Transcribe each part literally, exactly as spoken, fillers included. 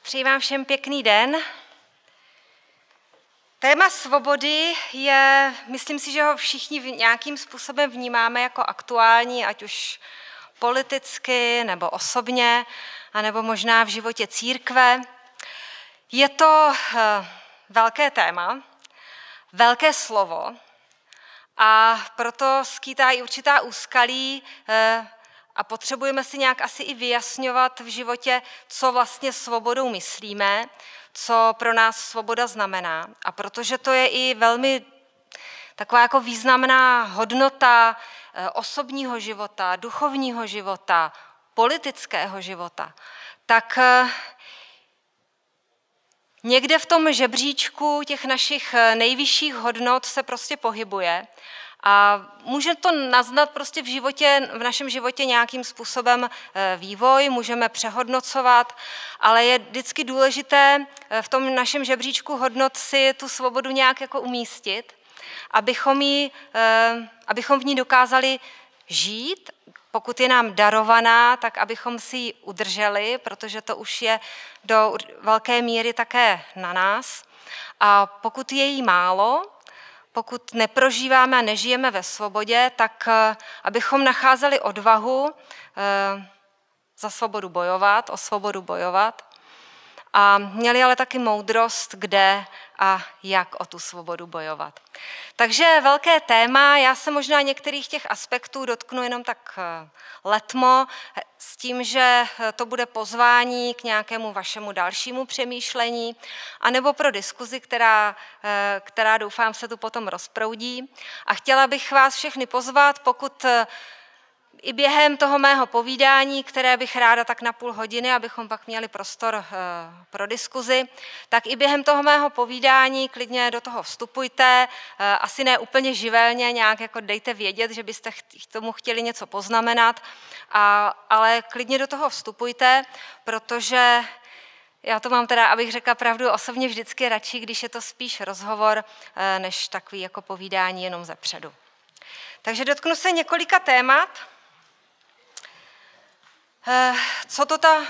Přeji vám všem pěkný den. Téma svobody je, myslím si, že ho všichni nějakým způsobem vnímáme jako aktuální, ať už politicky nebo osobně, anebo možná v životě církve. Je to velké téma, velké slovo a proto skýtá i určitá úskalí a potřebujeme si nějak asi i vyjasňovat v životě, co vlastně svobodou myslíme, co pro nás svoboda znamená. A protože to je i velmi taková jako významná hodnota osobního života, duchovního života, politického života, tak někde v tom žebříčku těch našich nejvyšších hodnot se prostě pohybuje. A může to naznat prostě v životě, v našem životě nějakým způsobem vývoj, můžeme přehodnocovat, ale je vždycky důležité v tom našem žebříčku hodnot si tu svobodu nějak jako umístit, abychom, ji, abychom v ní dokázali žít, pokud je nám darovaná, tak abychom si ji udrželi, protože to už je do velké míry také na nás. A pokud je jí málo, pokud neprožíváme a nežijeme ve svobodě, tak abychom nacházeli odvahu za svobodu bojovat, o svobodu bojovat a měli ale taky moudrost, kde a jak o tu svobodu bojovat. Takže velké téma, já se možná některých těch aspektů dotknu jenom tak letmo, s tím, že to bude pozvání k nějakému vašemu dalšímu přemýšlení, anebo pro diskuzi, která, která doufám se tu potom rozproudí. A chtěla bych vás všechny pozvat, pokud i během toho mého povídání, které bych ráda tak na půl hodiny, abychom pak měli prostor pro diskuzi, tak i během toho mého povídání klidně do toho vstupujte, asi ne úplně živelně, nějak jako dejte vědět, že byste k tomu chtěli něco poznamenat, a, ale klidně do toho vstupujte, protože já to mám teda, abych řekla pravdu, osobně vždycky radši, když je to spíš rozhovor, než takový jako povídání jenom zepředu. Takže dotknu se několika témat. Co to ta...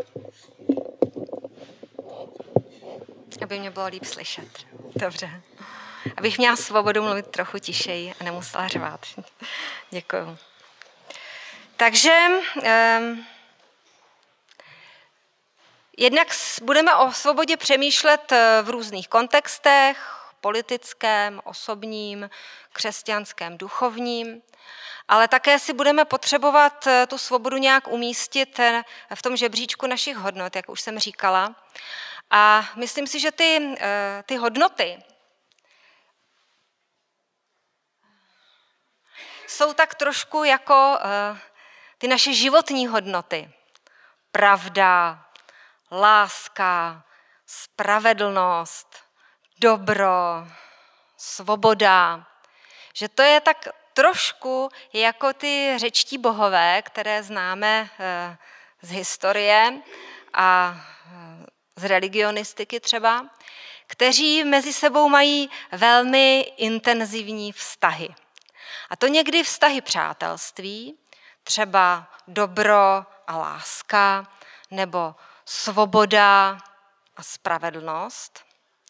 Aby mě bylo líp slyšet. Dobře. Abych měla svobodu mluvit trochu tišeji a nemusela řvát. Děkuju. Takže um, jednak budeme o svobodě přemýšlet v různých kontextech, politickém, osobním, křesťanském, duchovním, ale také si budeme potřebovat tu svobodu nějak umístit v tom žebříčku našich hodnot, jak už jsem říkala. A myslím si, že ty, ty hodnoty jsou tak trošku jako ty naše životní hodnoty. Pravda, láska, spravedlnost, dobro, svoboda, že to je tak trošku jako ty řečtí bohové, které známe z historie a z religionistiky třeba, kteří mezi sebou mají velmi intenzivní vztahy. A to někdy vztahy přátelství, třeba dobro a láska, nebo svoboda a spravedlnost.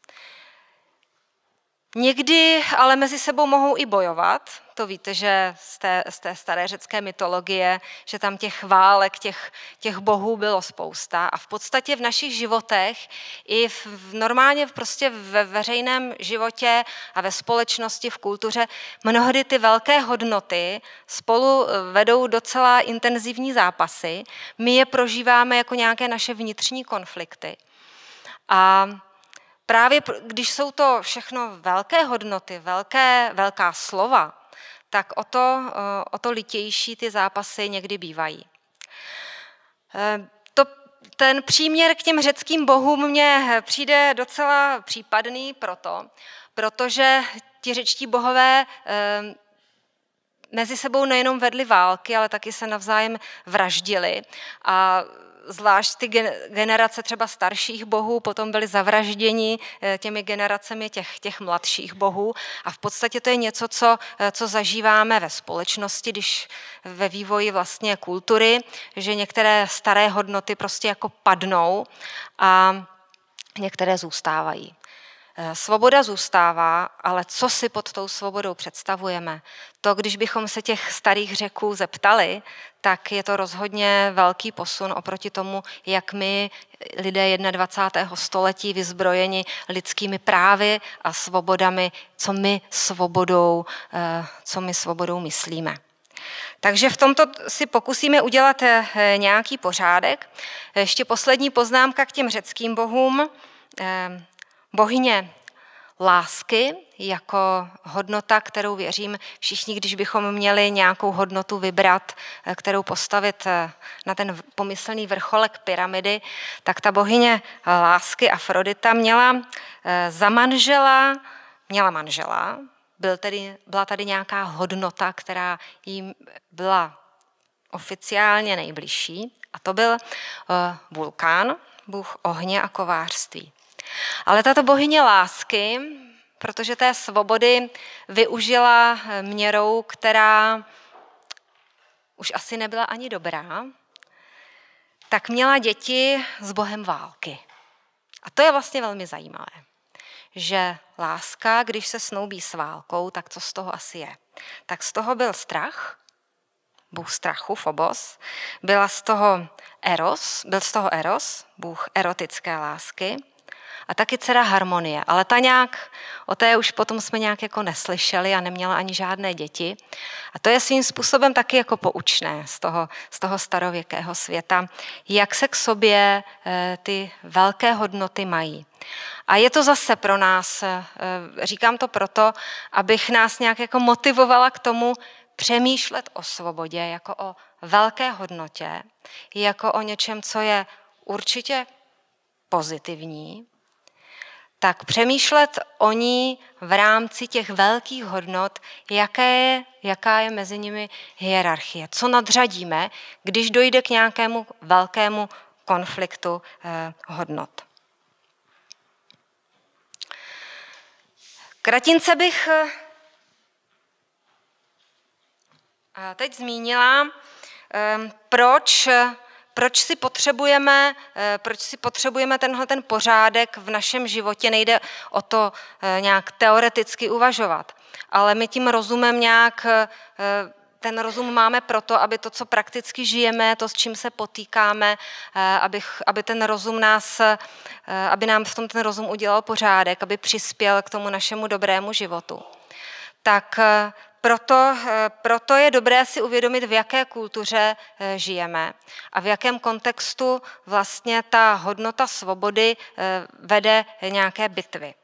Někdy ale mezi sebou mohou i bojovat. To víte, že z té, z té staré řecké mytologie, že tam těch válek, těch, těch bohů bylo spousta. A v podstatě v našich životech i v, v normálně prostě ve veřejném životě a ve společnosti, v kultuře mnohdy ty velké hodnoty spolu vedou docela intenzivní zápasy. My je prožíváme jako nějaké naše vnitřní konflikty. A právě když jsou to všechno velké hodnoty, velké, velká slova, tak o to, o to litější ty zápasy někdy bývají. To, ten příměr k těm řeckým bohům mně přijde docela případný proto, protože ti řečtí bohové mezi sebou nejenom vedli války, ale taky se navzájem vraždili. A zvlášť ty generace třeba starších bohů potom byly zavražděni těmi generacemi těch, těch mladších bohů a v podstatě to je něco, co, co zažíváme ve společnosti, když ve vývoji vlastně kultury, že některé staré hodnoty prostě jako padnou a některé zůstávají. Svoboda zůstává, ale co si pod tou svobodou představujeme? To, když bychom se těch starých Řeků zeptali, tak je to rozhodně velký posun oproti tomu, jak my, lidé dvacátého prvního století, vyzbrojeni lidskými právy a svobodami, co my svobodou, co my svobodou myslíme. Takže v tomto si pokusíme udělat nějaký pořádek. Ještě poslední poznámka k těm řeckým bohům. Bohyně lásky jako hodnota, kterou věřím všichni, když bychom měli nějakou hodnotu vybrat, kterou postavit na ten pomyslný vrcholek pyramidy, tak ta bohyně lásky Afrodita měla za manžela, měla manžela, byl tedy, byla tady nějaká hodnota, která jí byla oficiálně nejbližší, a to byl Vulkán, bůh ohně a kovářství. Ale tato bohyně lásky, protože té svobody využila měrou, která už asi nebyla ani dobrá, tak měla děti s bohem války. A to je vlastně velmi zajímavé, že láska, když se snoubí s válkou, tak co z toho asi je? Tak z toho byl strach, bůh strachu, Phobos, byla z toho Eros, byl z toho Eros, bůh erotické lásky, a taky dcera Harmonie, ale ta nějak, o té už potom jsme nějak jako neslyšeli a neměla ani žádné děti. A to je svým způsobem taky jako poučné z toho, z toho starověkého světa, jak se k sobě ty velké hodnoty mají. A je to zase pro nás, říkám to proto, abych nás nějak jako motivovala k tomu přemýšlet o svobodě jako o velké hodnotě, jako o něčem, co je určitě pozitivní, tak přemýšlet o ní v rámci těch velkých hodnot, jaké je, jaká je mezi nimi hierarchie, co nadřadíme, když dojde k nějakému velkému konfliktu eh, hodnot. Kratince bych eh, teď zmínila, eh, proč Proč si potřebujeme, proč si potřebujeme tenhle ten pořádek v našem životě? Nejde o to nějak teoreticky uvažovat, ale my tím rozumem nějak, ten rozum máme proto, aby to, co prakticky žijeme, to, s čím se potýkáme, abych, aby ten rozum nás, aby nám v tom ten rozum udělal pořádek, aby přispěl k tomu našemu dobrému životu. Tak Proto, proto je dobré si uvědomit, v jaké kultuře žijeme a v jakém kontextu vlastně ta hodnota svobody vede nějaké bitvy.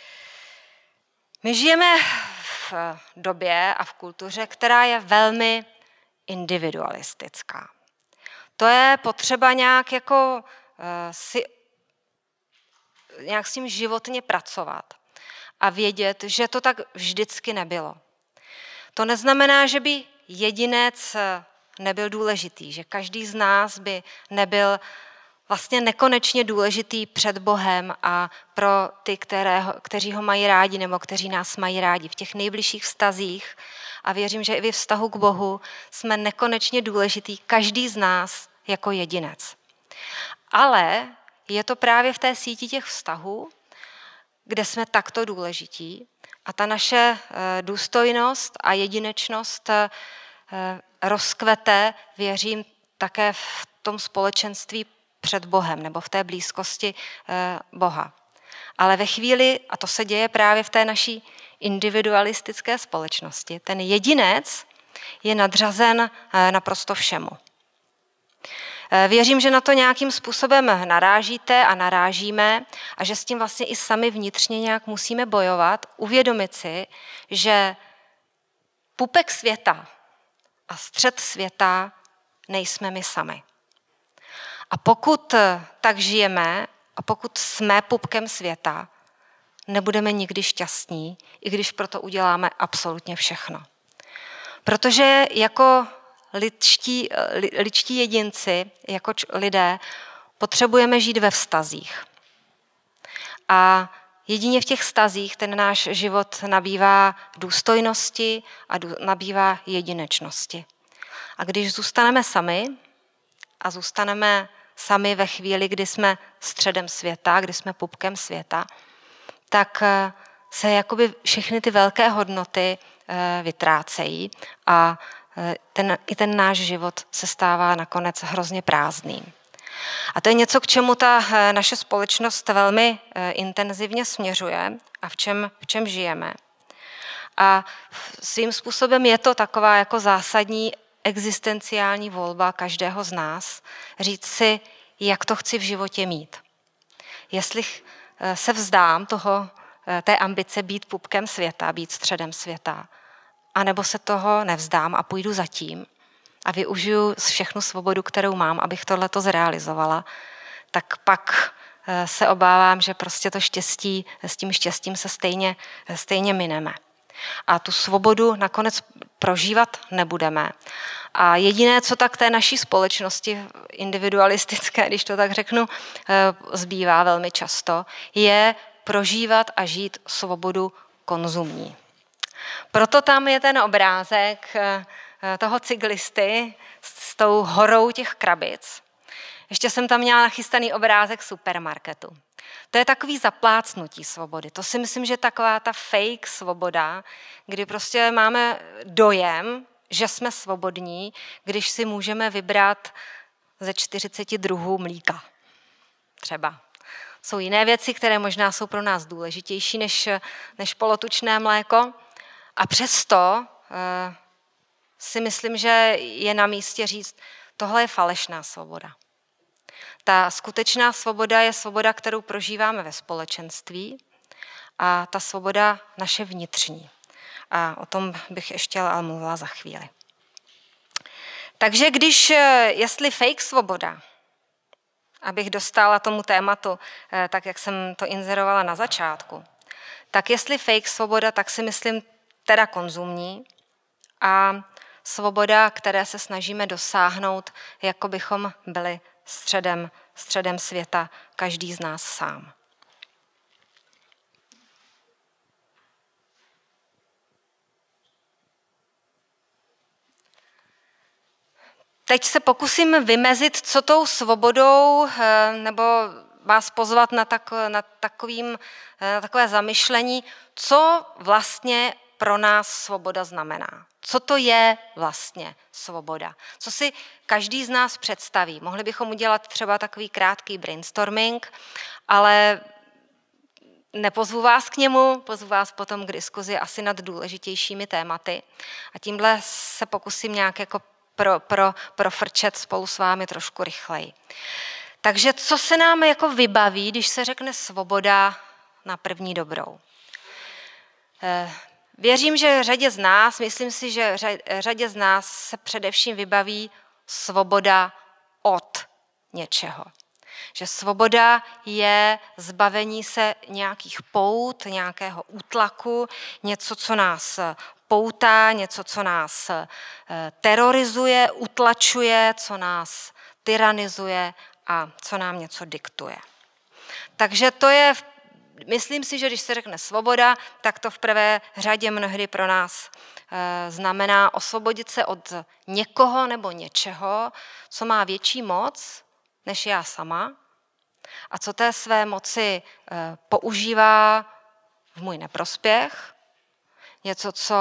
My žijeme v době a v kultuře, která je velmi individualistická. To je potřeba nějak jako si nějak s tím životně pracovat a vědět, že to tak vždycky nebylo. To neznamená, že by jedinec nebyl důležitý, že každý z nás by nebyl vlastně nekonečně důležitý před Bohem a pro ty, které, kteří ho mají rádi nebo kteří nás mají rádi v těch nejbližších vztazích. A věřím, že i ve vztahu k Bohu jsme nekonečně důležitý, každý z nás jako jedinec. Ale je to právě v té síti těch vztahů, kde jsme takto důležití, a ta naše důstojnost a jedinečnost rozkvete, věřím, také v tom společenství před Bohem nebo v té blízkosti Boha. Ale ve chvíli, a to se děje právě v té naší individualistické společnosti, ten jedinec je nadřazen naprosto všemu. Věřím, že na to nějakým způsobem narážíte a narážíme a že s tím vlastně i sami vnitřně nějak musíme bojovat, uvědomit si, že pupek světa a střed světa nejsme my sami. A pokud tak žijeme a pokud jsme pupkem světa, nebudeme nikdy šťastní, i když proto uděláme absolutně všechno. Protože jako lidští, lidští jedinci, jako lidé, potřebujeme žít ve vztazích. A jedině v těch vztazích ten náš život nabývá důstojnosti a nabývá jedinečnosti. A když zůstaneme sami a zůstaneme sami ve chvíli, kdy jsme středem světa, kdy jsme pupkem světa, tak se jakoby všechny ty velké hodnoty vytrácejí a ten, i ten náš život se stává nakonec hrozně prázdným. A to je něco, k čemu ta naše společnost velmi intenzivně směřuje a v čem, v čem žijeme. A svým způsobem je to taková jako zásadní existenciální volba každého z nás, říct si, jak to chci v životě mít. Jestli se vzdám toho, té ambice být pupkem světa, být středem světa, anebo se toho nevzdám a půjdu za tím a využiju všechnu svobodu, kterou mám, abych tohleto zrealizovala, tak pak se obávám, že prostě to štěstí, s tím štěstím se stejně, stejně mineme. A tu svobodu nakonec prožívat nebudeme. A jediné, co tak té naší společnosti individualistické, když to tak řeknu, zbývá velmi často, je prožívat a žít svobodu konzumní. Proto tam je ten obrázek toho cyklisty s tou horou těch krabic. Ještě jsem tam měla nachystaný obrázek supermarketu. To je takový zaplácnutí svobody. To si myslím, že taková ta fake svoboda, kdy prostě máme dojem, že jsme svobodní, když si můžeme vybrat ze čtyřiceti druhů mlíka. Třeba. Jsou jiné věci, které možná jsou pro nás důležitější než, než polotučné mléko. A přesto eh, si myslím, že je na místě říct, tohle je falešná svoboda. Ta skutečná svoboda je svoboda, kterou prožíváme ve společenství a ta svoboda naše vnitřní. A o tom bych ještě ale mluvila za chvíli. Takže když, jestli fake svoboda, abych dostala tomu tématu, tak jak jsem to inzerovala na začátku, tak jestli fake svoboda, tak si myslím teda konzumní a svoboda, které se snažíme dosáhnout, jako bychom byli středem, středem světa, každý z nás sám. Teď se pokusím vymezit, co tou svobodou, nebo vás pozvat na, tak, na, takovým, na takové zamyšlení, co vlastně pro nás svoboda znamená. Co to je vlastně svoboda? Co si každý z nás představí? Mohli bychom udělat třeba takový krátký brainstorming, ale nepozvu vás k němu, pozvu vás potom k diskuzi asi nad důležitějšími tématy. A tímhle se pokusím nějak jako pro, pro, profrčet spolu s vámi trošku rychleji. Takže co se nám jako vybaví, když se řekne svoboda na první dobrou? Věřím, že řadě z nás, myslím si, že řadě z nás se především vybaví svoboda od něčeho. Že svoboda je zbavení se nějakých pout, nějakého útlaku, něco, co nás poutá, něco, co nás terorizuje, utlačuje, co nás tyranizuje a co nám něco diktuje. Takže to je, myslím si, že když se řekne svoboda, tak to v prvé řadě mnohdy pro nás znamená osvobodit se od někoho nebo něčeho, co má větší moc než já sama a co té své moci používá v můj neprospěch, něco, co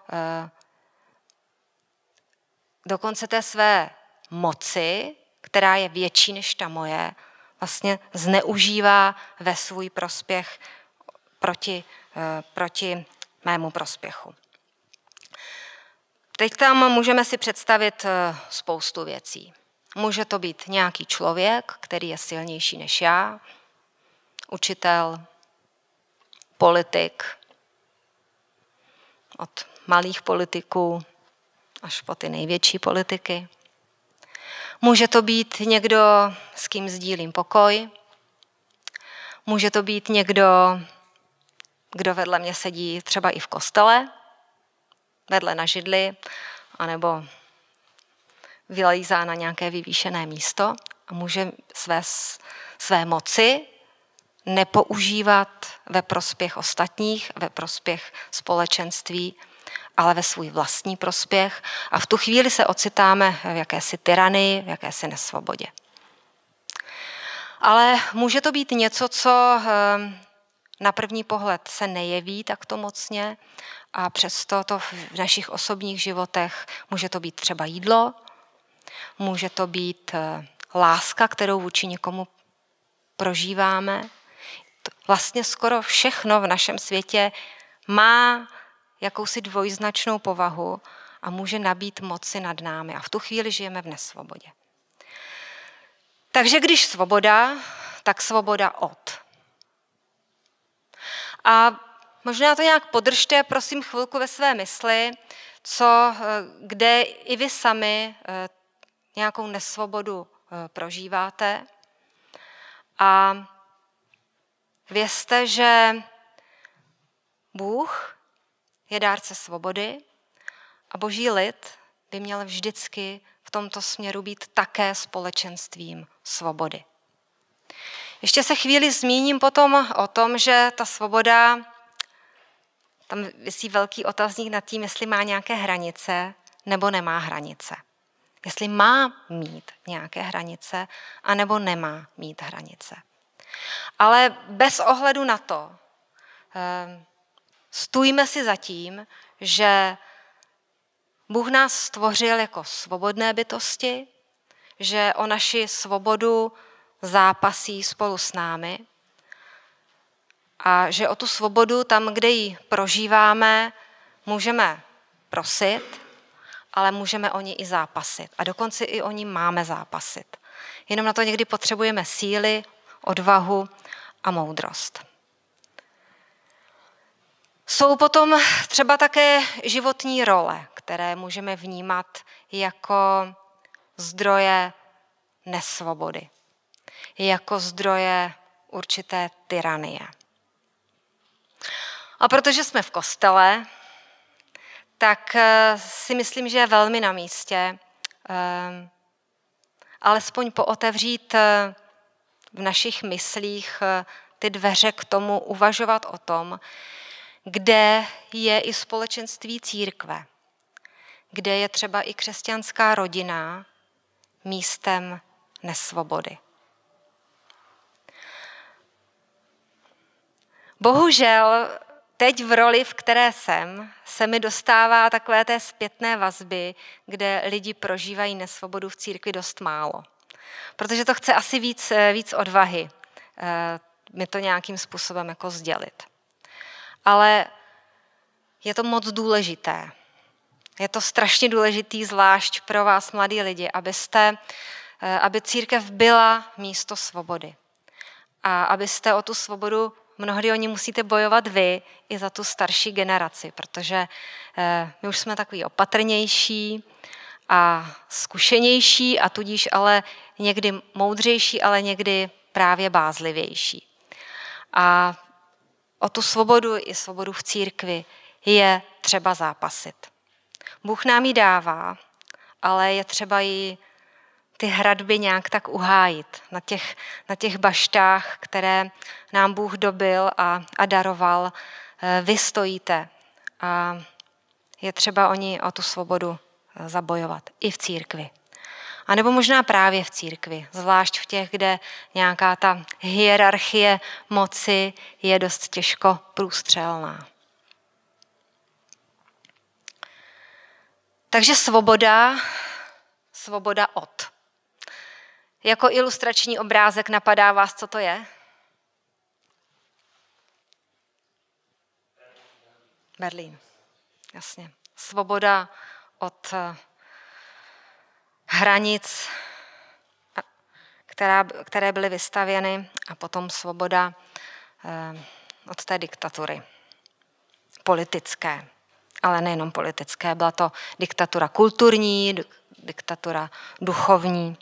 dokonce té své moci, která je větší než ta moje, vlastně zneužívá ve svůj prospěch proti, proti mému prospěchu. Teď tam můžeme si představit spoustu věcí. Může to být nějaký člověk, který je silnější než já, učitel, politik, od malých politiků až po ty největší politiky. Může to být někdo, s kým sdílím pokoj. Může to být někdo, kdo vedle mě sedí třeba i v kostele, vedle na židli, anebo vylízá na nějaké vyvýšené místo a může své, své moci nepoužívat ve prospěch ostatních, ve prospěch společenství, ale ve svůj vlastní prospěch. A v tu chvíli se ocitáme v jakési tyranii, v jakési nesvobodě. Ale může to být něco, co na první pohled se nejeví takto mocně a přesto to v našich osobních životech může to být třeba jídlo, může to být láska, kterou vůči někomu prožíváme. Vlastně skoro všechno v našem světě má jakousi dvojznačnou povahu a může nabít moci nad námi. A v tu chvíli žijeme v nesvobodě. Takže když svoboda, tak svoboda od. A možná to nějak podržte, prosím, chvilku ve své mysli, co, kde i vy sami nějakou nesvobodu prožíváte. A vězte, že Bůh je dárce svobody a Boží lid by měl vždycky v tomto směru být také společenstvím svobody. Ještě se chvíli zmíním potom o tom, že ta svoboda, tam visí velký otazník nad tím, jestli má nějaké hranice nebo nemá hranice. Jestli má mít nějaké hranice, anebo nemá mít hranice. Ale bez ohledu na to, stůjme si za tím, že Bůh nás stvořil jako svobodné bytosti, že o naši svobodu zápasí spolu s námi a že o tu svobodu tam, kde ji prožíváme, můžeme prosit, ale můžeme o ní i zápasit. A dokonce i o ní máme zápasit. Jenom na to někdy potřebujeme síly, odvahu a moudrost. Jsou potom třeba také životní role, které můžeme vnímat jako zdroje nesvobody, jako zdroje určité tyranie. A protože jsme v kostele, tak si myslím, že je velmi na místě alespoň pootevřít v našich myslích ty dveře k tomu uvažovat o tom, kde je i společenství církve, kde je třeba i křesťanská rodina místem nesvobody. Bohužel teď v roli, v které jsem, se mi dostává takové té zpětné vazby, kde lidi prožívají nesvobodu v církvi dost málo. Protože to chce asi víc, víc odvahy mi to nějakým způsobem jako sdělit. Ale je to moc důležité. Je to strašně důležitý, zvlášť pro vás, mladí lidi, abyste, aby církev byla místo svobody. A abyste o tu svobodu, mnohdy o ní musíte bojovat vy i za tu starší generaci, protože my už jsme takový opatrnější a zkušenější a tudíž ale někdy moudřejší, ale někdy právě bázlivější. A o tu svobodu i svobodu v církvi je třeba zápasit. Bůh nám ji dává, ale je třeba ji ty hradby nějak tak uhájit. Na těch, na těch baštách, které nám Bůh dobil a, a daroval, vy stojíte. A je třeba o ní, o tu svobodu zabojovat i v církvi. A nebo možná právě v církvi, zvlášť v těch, kde nějaká ta hierarchie moci je dost těžko průstřelná. Takže svoboda, svoboda od. Jako ilustrační obrázek napadá vás, co to je? Berlín. Jasně. Svoboda od hranic, která, které byly vystavěny, a potom svoboda od té diktatury politické. Ale nejenom politické, byla to diktatura kulturní, diktatura duchovní.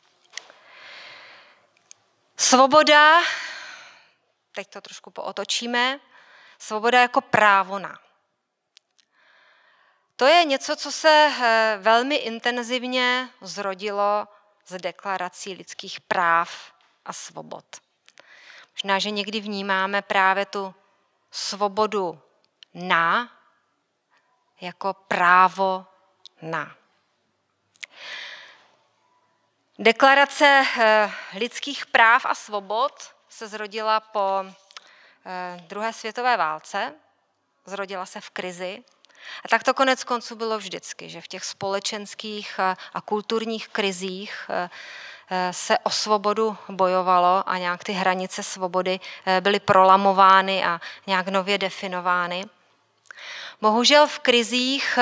Svoboda, teď to trošku pootočíme, svoboda jako právo na. To je něco, co se velmi intenzivně zrodilo z deklarací lidských práv a svobod. Možná, že někdy vnímáme právě tu svobodu na jako právo na. Deklarace lidských práv a svobod se zrodila po druhé světové válce, zrodila se v krizi. A tak to konec konců bylo vždycky, že v těch společenských a kulturních krizích se o svobodu bojovalo a nějak ty hranice svobody byly prolamovány a nějak nově definovány. Bohužel v krizích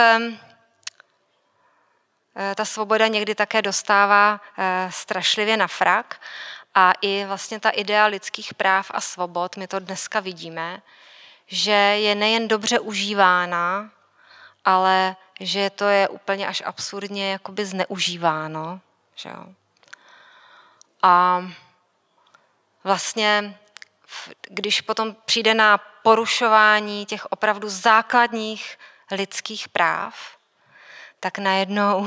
ta svoboda někdy také dostává strašlivě na frak a i vlastně ta idea lidských práv a svobod, my to dneska vidíme, že je nejen dobře užívána, ale že to je úplně až absurdně jakoby zneužíváno. Že jo? A vlastně, když potom přijde na porušování těch opravdu základních lidských práv, tak najednou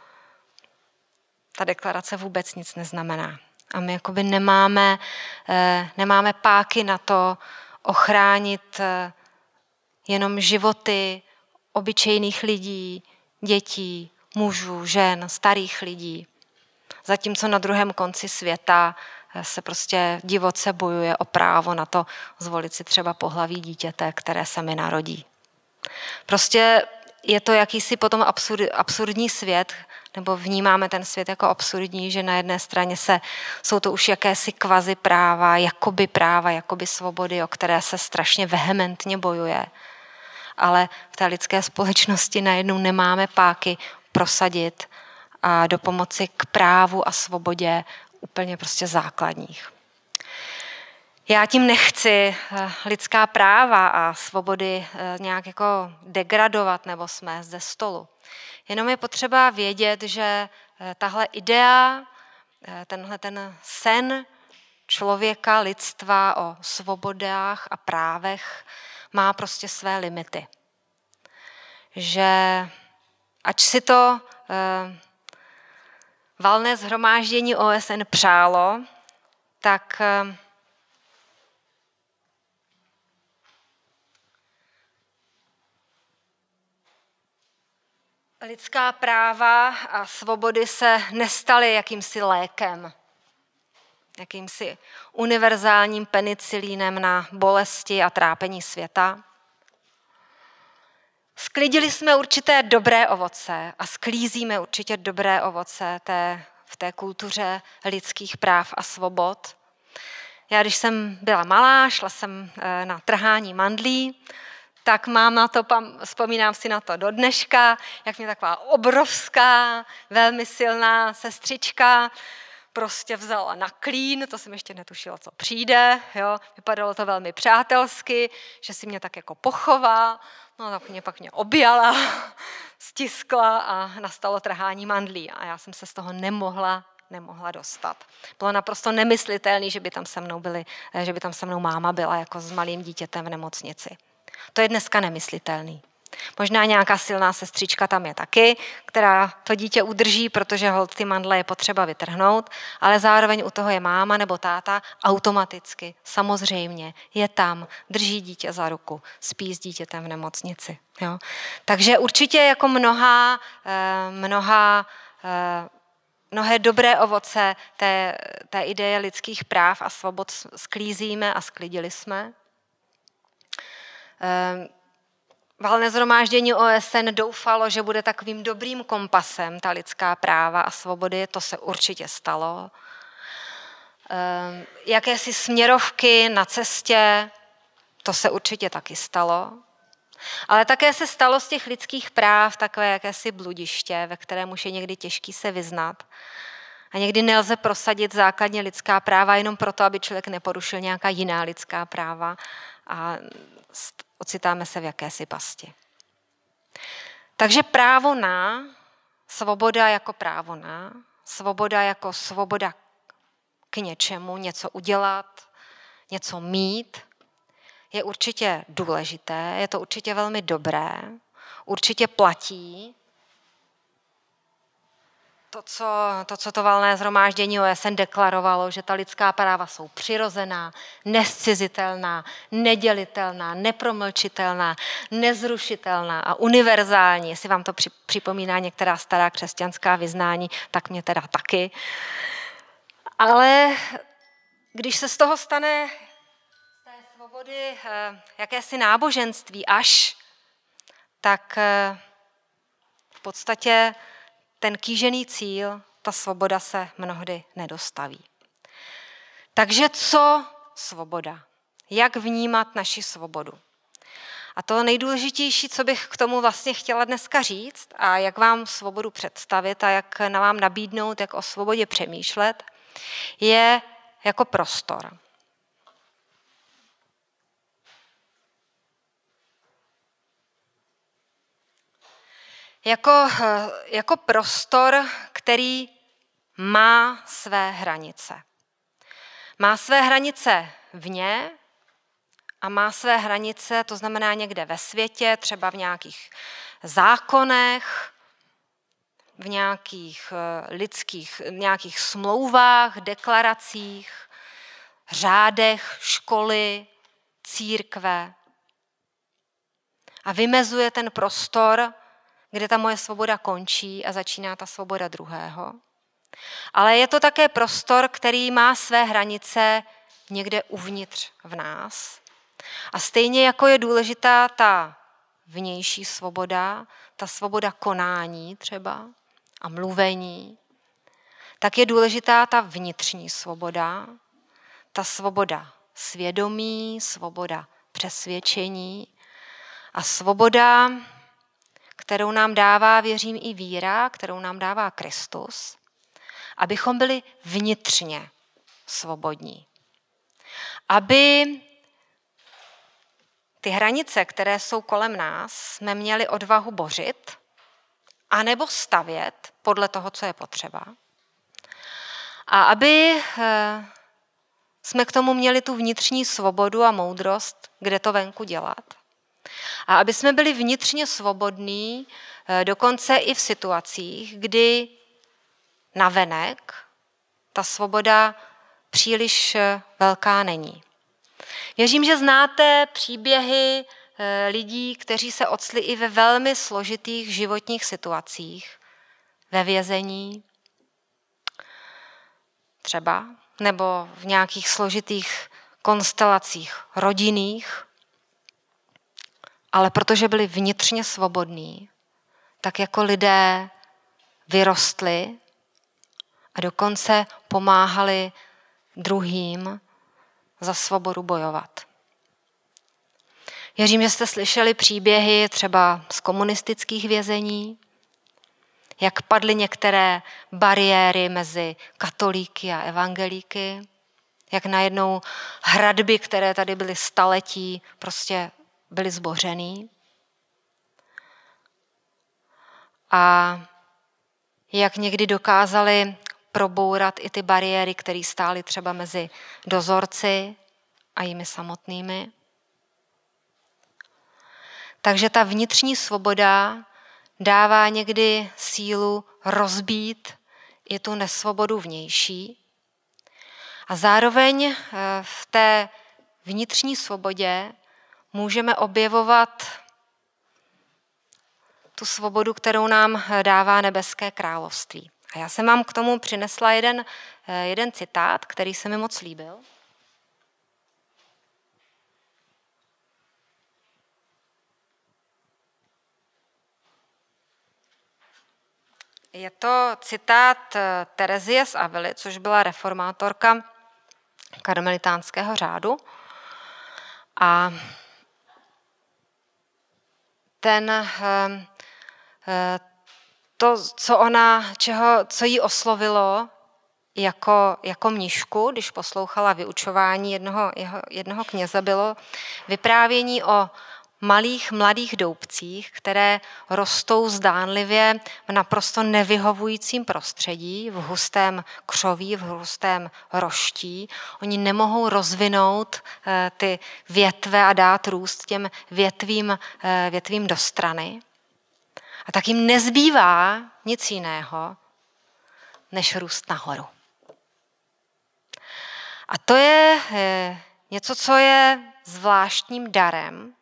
ta deklarace vůbec nic neznamená. A my jakoby nemáme, nemáme páky na to ochránit jenom životy obyčejných lidí, dětí, mužů, žen, starých lidí. Zatímco na druhém konci světa se prostě divoce bojuje o právo na to zvolit si třeba pohlaví dítěte, které se mi narodí. Prostě je to jakýsi potom absurd, absurdní svět, nebo vnímáme ten svět jako absurdní, že na jedné straně se, jsou to už jakési kvazi práva, jakoby práva, jakoby svobody, o které se strašně vehementně bojuje. Ale v té lidské společnosti najednou nemáme páky prosadit a do pomoci k právu a svobodě úplně prostě základních. Já tím nechci lidská práva a svobody nějak jako degradovat nebo smést ze stolu. Jenom je potřeba vědět, že tahle idea, tenhle ten sen člověka, lidstva o svobodách a právech má prostě své limity. Že ač si to eh, valné shromáždění O S N přálo, tak eh, lidská práva a svobody se nestaly jakýmsi lékem, jakýmsi univerzálním penicilínem na bolesti a trápení světa. Sklidili jsme určité dobré ovoce a sklízíme určitě dobré ovoce té, v té kultuře lidských práv a svobod. Já, když jsem byla malá, šla jsem na trhání mandlí, tak mám na to, vzpomínám si na to do dneška, jak mě taková obrovská, velmi silná sestřička prostě vzala na klín, to jsem ještě netušila, co přijde, jo. Vypadalo to velmi přátelsky, že si mě tak jako pochová, no tak mě pak mě objala, stiskla a nastalo trhání mandlí a já jsem se z toho nemohla, nemohla dostat. Bylo naprosto nemyslitelné, že by tam se mnou byly, že by tam se mnou máma byla jako s malým dítětem v nemocnici. To je dneska nemyslitelný. Možná nějaká silná sestřička tam je taky, která to dítě udrží, protože holt ty mandle je potřeba vytrhnout, ale zároveň u toho je máma nebo táta automaticky, samozřejmě, je tam, drží dítě za ruku, spí s dítětem v nemocnici. Jo? Takže určitě jako mnoha, mnoha, mnohé dobré ovoce té, té ideje lidských práv a svobod sklízíme a sklidili jsme. Valné shromáždění O S N doufalo, že bude takovým dobrým kompasem ta lidská práva a svobody, to se určitě stalo. Jakési směrovky na cestě, to se určitě taky stalo. Ale také se stalo z těch lidských práv takové jakési bludiště, ve kterém už je někdy těžký se vyznat. A někdy nelze prosadit základně lidská práva jenom proto, aby člověk neporušil nějaká jiná lidská práva a ocitáme se v jakési pasti. Takže právo na, svoboda jako právo na, svoboda jako svoboda k něčemu, něco udělat, něco mít, je určitě důležité, je to určitě velmi dobré, určitě platí to, co to, co to valné shromáždění O S N deklarovalo, že ta lidská práva jsou přirozená, nezcizitelná, nedělitelná, nepromlčitelná, nezrušitelná a univerzální. Jestli vám to připomíná některá stará křesťanská vyznání, tak mě teda taky. Ale když se z toho stane z té svobody jakési náboženství až, tak v podstatě ten kýžený cíl, ta svoboda se mnohdy nedostaví. Takže co svoboda? Jak vnímat naši svobodu? A to nejdůležitější, co bych k tomu vlastně chtěla dneska říct a jak vám svobodu představit a jak na vám nabídnout, jak o svobodě přemýšlet, je jako prostor. Jako, jako prostor, který má své hranice. Má své hranice vně a má své hranice, to znamená někde ve světě, třeba v nějakých zákonech, v nějakých lidských, v nějakých smlouvách, deklaracích, řádech, školy, církve. A vymezuje ten prostor, kde ta moje svoboda končí a začíná ta svoboda druhého. Ale je to také prostor, který má své hranice někde uvnitř v nás. A stejně jako je důležitá ta vnější svoboda, ta svoboda konání třeba a mluvení, tak je důležitá ta vnitřní svoboda, ta svoboda svědomí, svoboda přesvědčení a svoboda, kterou nám dává, věřím, i víra, kterou nám dává Kristus, abychom byli vnitřně svobodní. Aby ty hranice, které jsou kolem nás, jsme měli odvahu bořit anebo stavět podle toho, co je potřeba. A aby jsme k tomu měli tu vnitřní svobodu a moudrost, kde to venku dělat. A aby jsme byli vnitřně svobodní, dokonce i v situacích, kdy navenek ta svoboda příliš velká není. Věřím, že znáte příběhy lidí, kteří se octli i ve velmi složitých životních situacích, ve vězení třeba, nebo v nějakých složitých konstelacích rodinných, ale protože byli vnitřně svobodní, tak jako lidé vyrostli a dokonce pomáhali druhým za svobodu bojovat. Věřím, že jste slyšeli příběhy třeba z komunistických vězení, jak padly některé bariéry mezi katolíky a evangelíky, jak najednou hradby, které tady byly staletí, prostě byly zbořený. A jak někdy dokázali probourat i ty bariéry, které stály třeba mezi dozorci a jimi samotnými. Takže ta vnitřní svoboda dává někdy sílu rozbít i tu nesvobodu vnější. A zároveň v té vnitřní svobodě můžeme objevovat tu svobodu, kterou nám dává nebeské království. A já jsem vám k tomu přinesla jeden, jeden citát, který se mi moc líbil. Je to citát Terezie z Avily, což byla reformátorka karmelitánského řádu. A ten, to, co ona, čeho, co jí oslovilo jako, jako mnišku, když poslouchala vyučování jednoho, jeho, jednoho kněze, bylo vyprávění o malých mladých doubcích, které rostou zdánlivě v naprosto nevyhovujícím prostředí, v hustém křoví, v hustém roští. Oni nemohou rozvinout ty větve a dát růst těm větvím, větvím do strany. A tak jim nezbývá nic jiného, než růst nahoru. A to je něco, co je zvláštním darem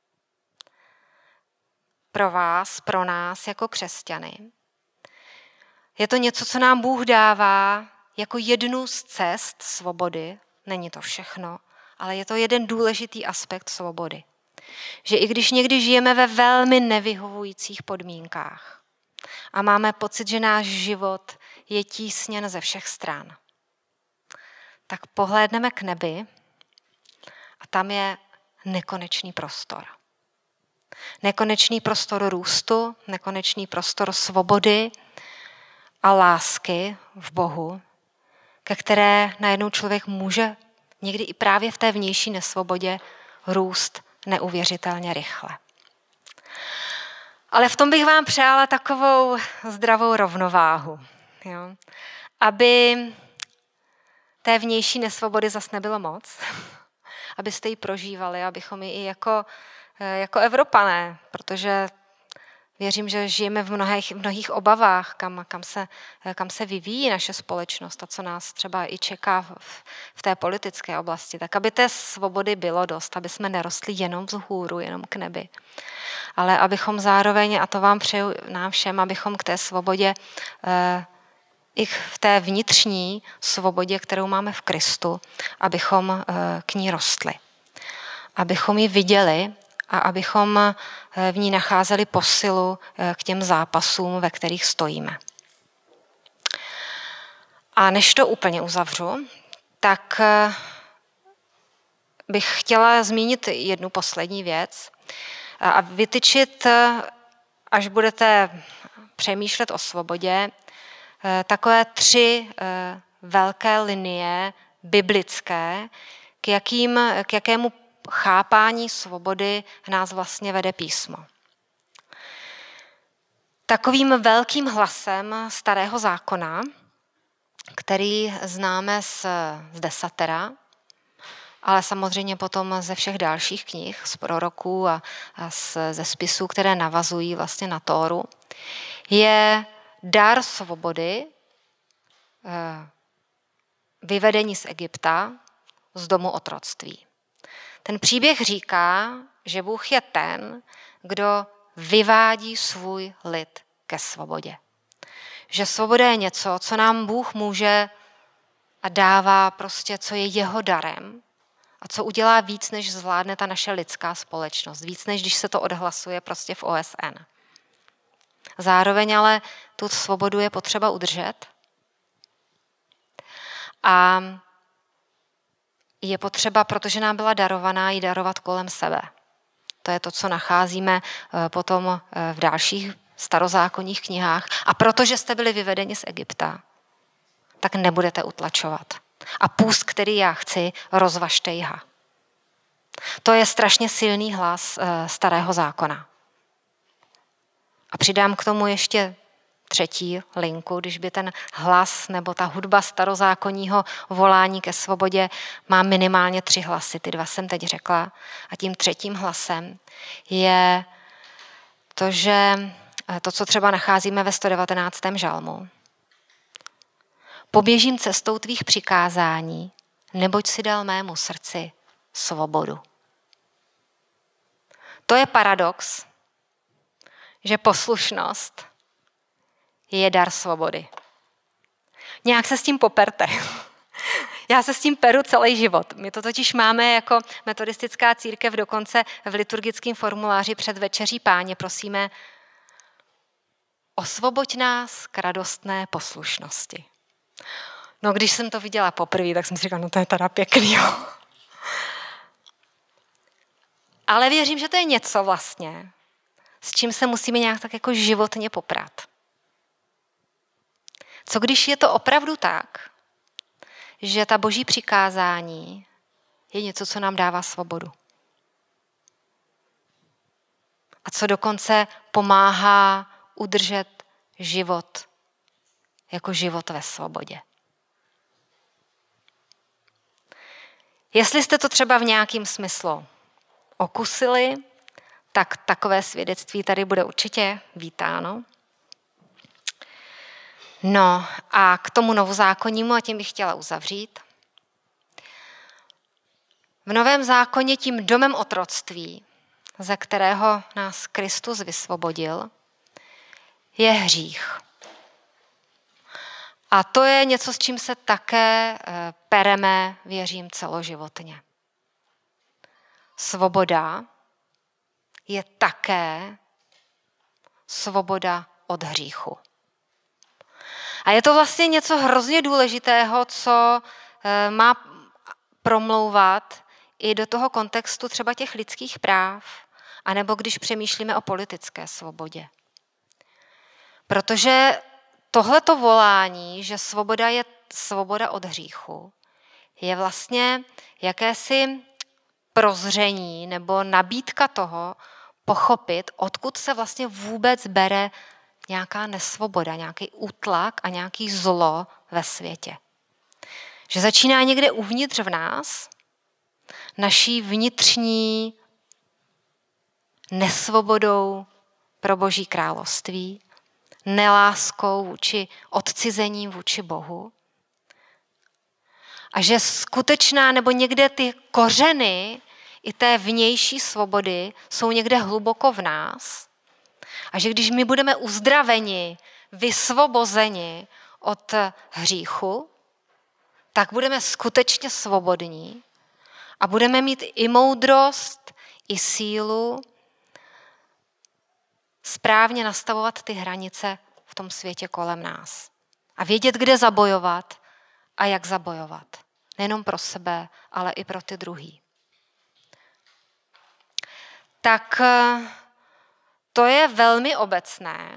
pro vás, pro nás jako křesťany. Je to něco, co nám Bůh dává jako jednu z cest svobody. Není to všechno, ale je to jeden důležitý aspekt svobody. Že i když někdy žijeme ve velmi nevyhovujících podmínkách a máme pocit, že náš život je tísněn ze všech stran, tak pohlédneme k nebi a tam je nekonečný prostor. Nekonečný prostor růstu, nekonečný prostor svobody a lásky v Bohu, ke které najednou člověk může někdy i právě v té vnější nesvobodě růst neuvěřitelně rychle. Ale v tom bych vám přála takovou zdravou rovnováhu, jo? Aby té vnější nesvobody zas nebylo moc, abyste ji prožívali, abychom ji i jako, jako Evropané, protože věřím, že žijeme v mnohých, v mnohých obavách, kam, kam, se, kam se vyvíjí naše společnost a co nás třeba i čeká v, v té politické oblasti, tak aby té svobody bylo dost, aby jsme nerostli jenom vzhůru, jenom k nebi. Ale abychom zároveň, a to vám přeju nám všem, abychom k té svobodě, eh, i v té vnitřní svobodě, kterou máme v Kristu, abychom eh, k ní rostli. Abychom ji viděli, a abychom v ní nacházeli posilu k těm zápasům, ve kterých stojíme. A než to úplně uzavřu, tak bych chtěla zmínit jednu poslední věc a vytyčit, až budete přemýšlet o svobodě, takové tři velké linie biblické, k, jakým, k jakému chápání svobody nás vlastně vede písmo. Takovým velkým hlasem Starého zákona, který známe z, z desatera, ale samozřejmě potom ze všech dalších knih, z proroků a, a z, ze spisů, které navazují vlastně na Tóru, je dar svobody, vyvedení z Egypta, z domu otroctví. Ten příběh říká, že Bůh je ten, kdo vyvádí svůj lid ke svobodě. Že svoboda je něco, co nám Bůh může a dává prostě, co je jeho darem a co udělá víc, než zvládne ta naše lidská společnost. Víc, než když se to odhlasuje prostě v O S N. Zároveň ale tu svobodu je potřeba udržet a je potřeba, protože nám byla darovaná, ji darovat kolem sebe. To je to, co nacházíme potom v dalších starozákonních knihách. A protože jste byli vyvedeni z Egypta, tak nebudete utlačovat. A půst, který já chci, rozvažte jha. To je strašně silný hlas Starého zákona. A přidám k tomu ještě třetí linku, když by ten hlas nebo ta hudba starozákonního volání ke svobodě má minimálně tři hlasy. Ty dva jsem teď řekla. A tím třetím hlasem je to, že to, co třeba nacházíme ve sto devatenáctém žalmu. Poběžím cestou tvých přikázání, neboť si dal mému srdci svobodu. To je paradox, že poslušnost je dar svobody. Nějak se s tím poperte. Já se s tím peru celý život. My to totiž máme jako metodistická církev dokonce v liturgickém formuláři před večeří Páně. Prosíme, osvoboď nás k radostné poslušnosti. No, když jsem to viděla poprvé, tak jsem si říkala, no to je teda pěkný. Jo. Ale věřím, že to je něco vlastně, s čím se musíme nějak tak jako životně poprat. Co když je to opravdu tak, že ta boží přikázání je něco, co nám dává svobodu? A co dokonce pomáhá udržet život jako život ve svobodě. Jestli jste to třeba v nějakém smyslu okusili, tak takové svědectví tady bude určitě vítáno. No a k tomu novozákonnímu, a tím bych chtěla uzavřít. V Novém zákoně tím domem otroctví, ze kterého nás Kristus vysvobodil, je hřích. A to je něco, s čím se také pereme, věřím, celoživotně. Svoboda je také svoboda od hříchu. A je to vlastně něco hrozně důležitého, co má promlouvat i do toho kontextu třeba těch lidských práv, anebo když přemýšlíme o politické svobodě. Protože tohleto volání, že svoboda je svoboda od hříchu, je vlastně jakési prozření nebo nabídka toho pochopit, odkud se vlastně vůbec bere nějaká nesvoboda, nějaký útlak a nějaký zlo ve světě. Že začíná někde uvnitř v nás, naší vnitřní nesvobodou pro Boží království, neláskou vůči odcizením vůči Bohu. A že skutečná nebo někde ty kořeny i té vnější svobody jsou někde hluboko v nás. A že když my budeme uzdraveni, vysvobozeni od hříchu, tak budeme skutečně svobodní a budeme mít i moudrost, i sílu správně nastavovat ty hranice v tom světě kolem nás. A vědět, kde zabojovat a jak zabojovat. Nejenom pro sebe, ale i pro ty druhý. Tak to je velmi obecné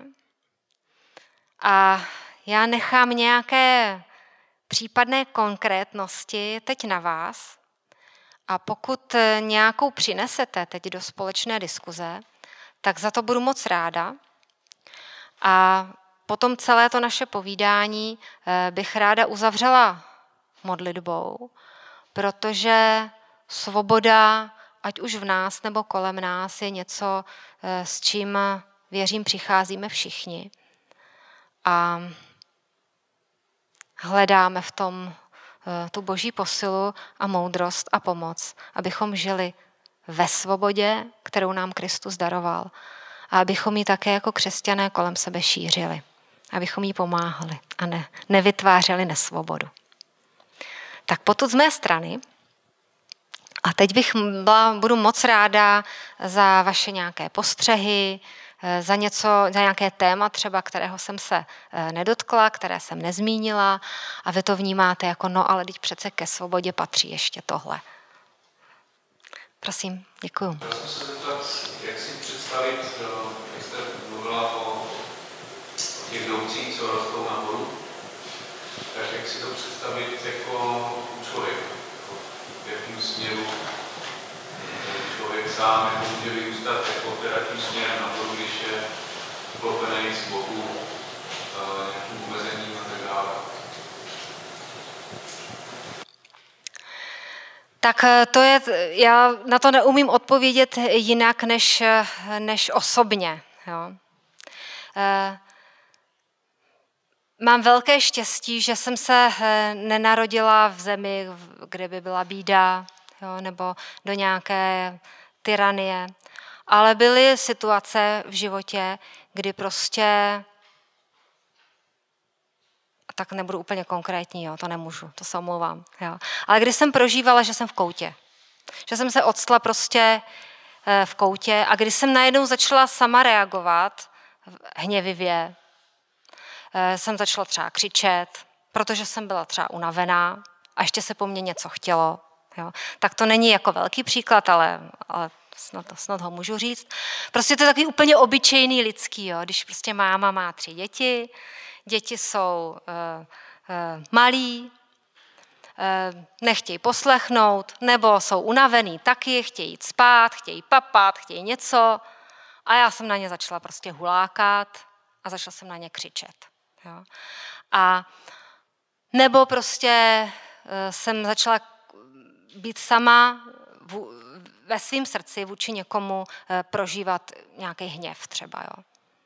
a já nechám nějaké případné konkrétnosti teď na vás a pokud nějakou přinesete teď do společné diskuze, tak za to budu moc ráda. A potom celé to naše povídání bych ráda uzavřela modlitbou, protože svoboda, ať už v nás nebo kolem nás, je něco, s čím, věřím, přicházíme všichni. A hledáme v tom tu Boží posilu a moudrost a pomoc, abychom žili ve svobodě, kterou nám Kristus daroval, a abychom ji také jako křesťané kolem sebe šířili, abychom jí pomáhali a ne, nevytvářeli nesvobodu. Tak potud z mé strany. A teď bych byla, budu moc ráda za vaše nějaké postřehy, za něco, za nějaké téma třeba, kterého jsem se nedotkla, které jsem nezmínila a vy to vnímáte jako no, ale teď přece ke svobodě patří ještě tohle. Prosím, děkuju. Já jsem se zeptat, jak si představit, jak jste mluvila o těch doutcích, co rostou nahoru, tak jak si to představit jako člověk, v jakým směru člověk sám může vyrůstat jako operativním směrem nahoru, když je klopený z boku nějakým omezením a tak dále. Tak to je, já na to neumím odpovědět jinak než, než osobně. Jo. Mám velké štěstí, že jsem se nenarodila v zemi, kde by byla bída, jo, nebo do nějaké tyranie, ale byly situace v životě, kdy prostě, tak nebudu úplně konkrétní, jo, to nemůžu, to se omlouvám, jo. Ale když jsem prožívala, že jsem v koutě, že jsem se octla prostě v koutě a když jsem najednou začala sama reagovat hněvivě, jsem začala třeba křičet, protože jsem byla třeba unavená a ještě se po mně něco chtělo. Jo. Tak to není jako velký příklad, ale, ale snad, snad ho můžu říct. Prostě to je takový úplně obyčejný lidský, jo. Když prostě máma má tři děti, děti jsou uh, uh, malí, uh, nechtějí poslechnout, nebo jsou unavený taky, chtějí jít spát, chtějí papat, chtějí něco a já jsem na ně začala prostě hulákat a začala jsem na ně křičet. Jo. A nebo prostě uh, jsem začala být sama ve svém srdci vůči někomu prožívat nějaký hněv třeba. Jo.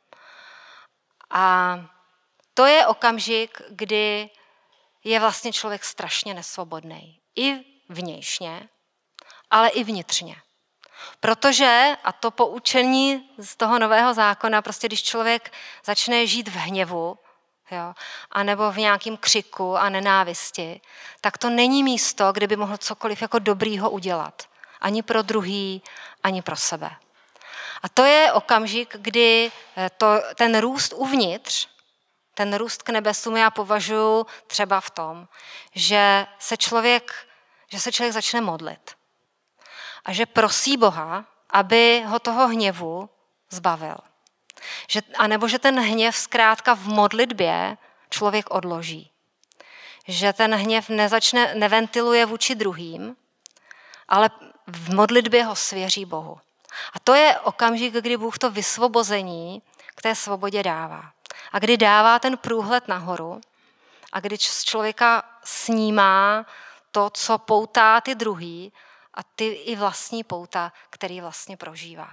A to je okamžik, kdy je vlastně člověk strašně nesvobodný. I vnějšně, ale i vnitřně. Protože, a to poučení z toho nového zákona, prostě když člověk začne žít v hněvu, jo, anebo v nějakém křiku a nenávisti, tak to není místo, kde by mohl cokoliv jako dobrýho udělat. Ani pro druhý, ani pro sebe. A to je okamžik, kdy to, ten růst uvnitř, ten růst k nebesům já považuji třeba v tom, že se člověk, že se člověk začne modlit. A že prosí Boha, aby ho toho hněvu zbavil. Že, a nebo že ten hněv zkrátka v modlitbě člověk odloží. Že ten hněv nezačne, neventiluje vůči druhým, ale v modlitbě ho svěří Bohu. A to je okamžik, kdy Bůh to vysvobození k té svobodě dává. A kdy dává ten průhled nahoru a kdy z člověka snímá to, co poutá ty druhý a ty i vlastní pouta, který vlastně prožívá.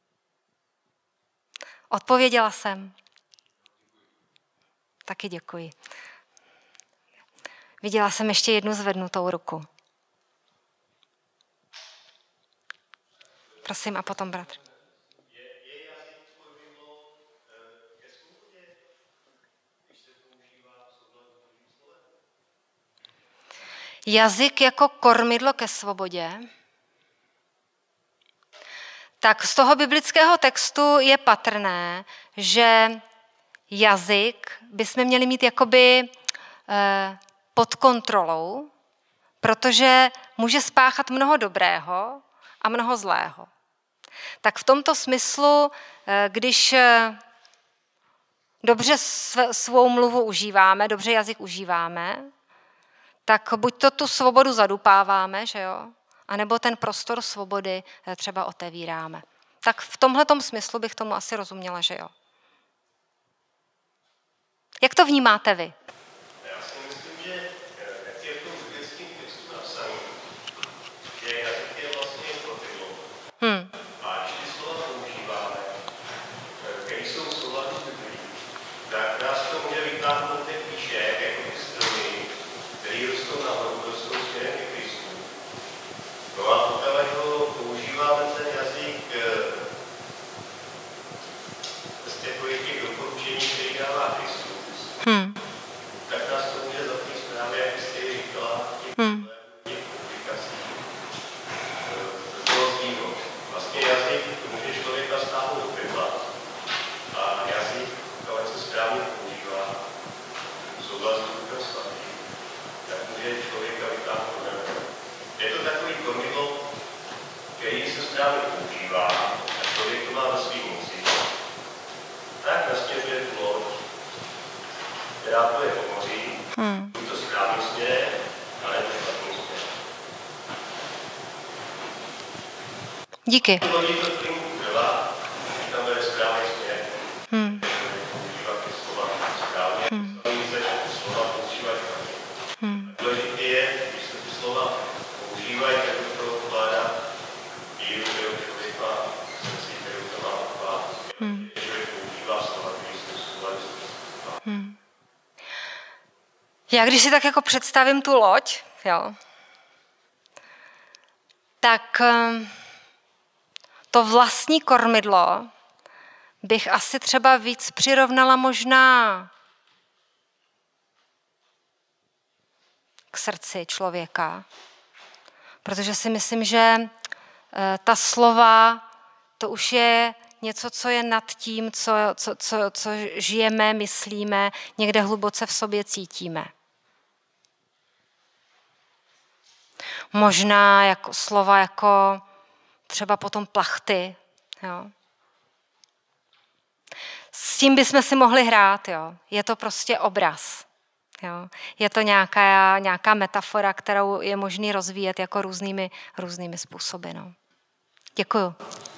Odpověděla jsem? Taky děkuji. Viděla jsem ještě jednu zvednutou ruku. Prosím, a potom bratr. Jazyk jako kormidlo ke svobodě. Tak z toho biblického textu je patrné, že jazyk bychom měli mít jakoby pod kontrolou, protože může spáchat mnoho dobrého a mnoho zlého. Tak v tomto smyslu, když dobře svou mluvu užíváme, dobře jazyk užíváme, tak buď to tu svobodu zadupáváme, že jo, anebo ten prostor svobody třeba otevíráme. Tak v tomhletom smyslu bych tomu asi rozuměla, že jo. Jak to vnímáte vy? Já si myslím, že jak je v tom biblickém textu napsaný, že jazyk je vlastně kormidlo. Hmm. A když ty slova používáme, které jsou slova z Biblii, tak nás to může vytáhnout ten píšek, jako ty stromy, který rostou nahoru, rostou směrem ke Kristu. No a pokud ho používáme ten jazyk z těch doporučení, který dává Kristus, hmm. tak nás to může zapít právě, jak jste říkala, těch hmm. těch publikací. To bylo zvíno. Vlastně jazyk může člověka stáhnout do pekla. A jazyk, ale se správně používá, v souhlasu Ducha Svatý, tak může člověka vytáhnout do nebe. Je to takový kormidlo, který se správně používá a člověk to má ve svým moci. Tak nasměřuje tu loď, která to je po moři, hmm. buď to správný směr, ale to špatný směr. Díky. To lodí to chvilku trvá, když tam bude správný směr, hmm. používat ty slova správně, hmm. se ty slova používat špatně. Hmm. Důležité je, když se ty slova používají, tak to vkládá víru, kterou člověk má v srdci, kterou to má odpát. Hmm. Člověk používá slova, který jsou slova hmm. Já když si tak jako představím tu loď, jo, tak to vlastní kormidlo bych asi třeba víc přirovnala možná k srdci člověka, protože si myslím, že ta slova, to už je něco, co je nad tím, co, co, co, co žijeme, myslíme, někde hluboce v sobě cítíme. Možná jako slova jako třeba potom plachty. Jo. S tím bychom si mohli hrát. Jo. Je to prostě obraz. Jo. Je to nějaká, nějaká metafora, kterou je možný rozvíjet jako různými, různými způsoby. No. Děkuju.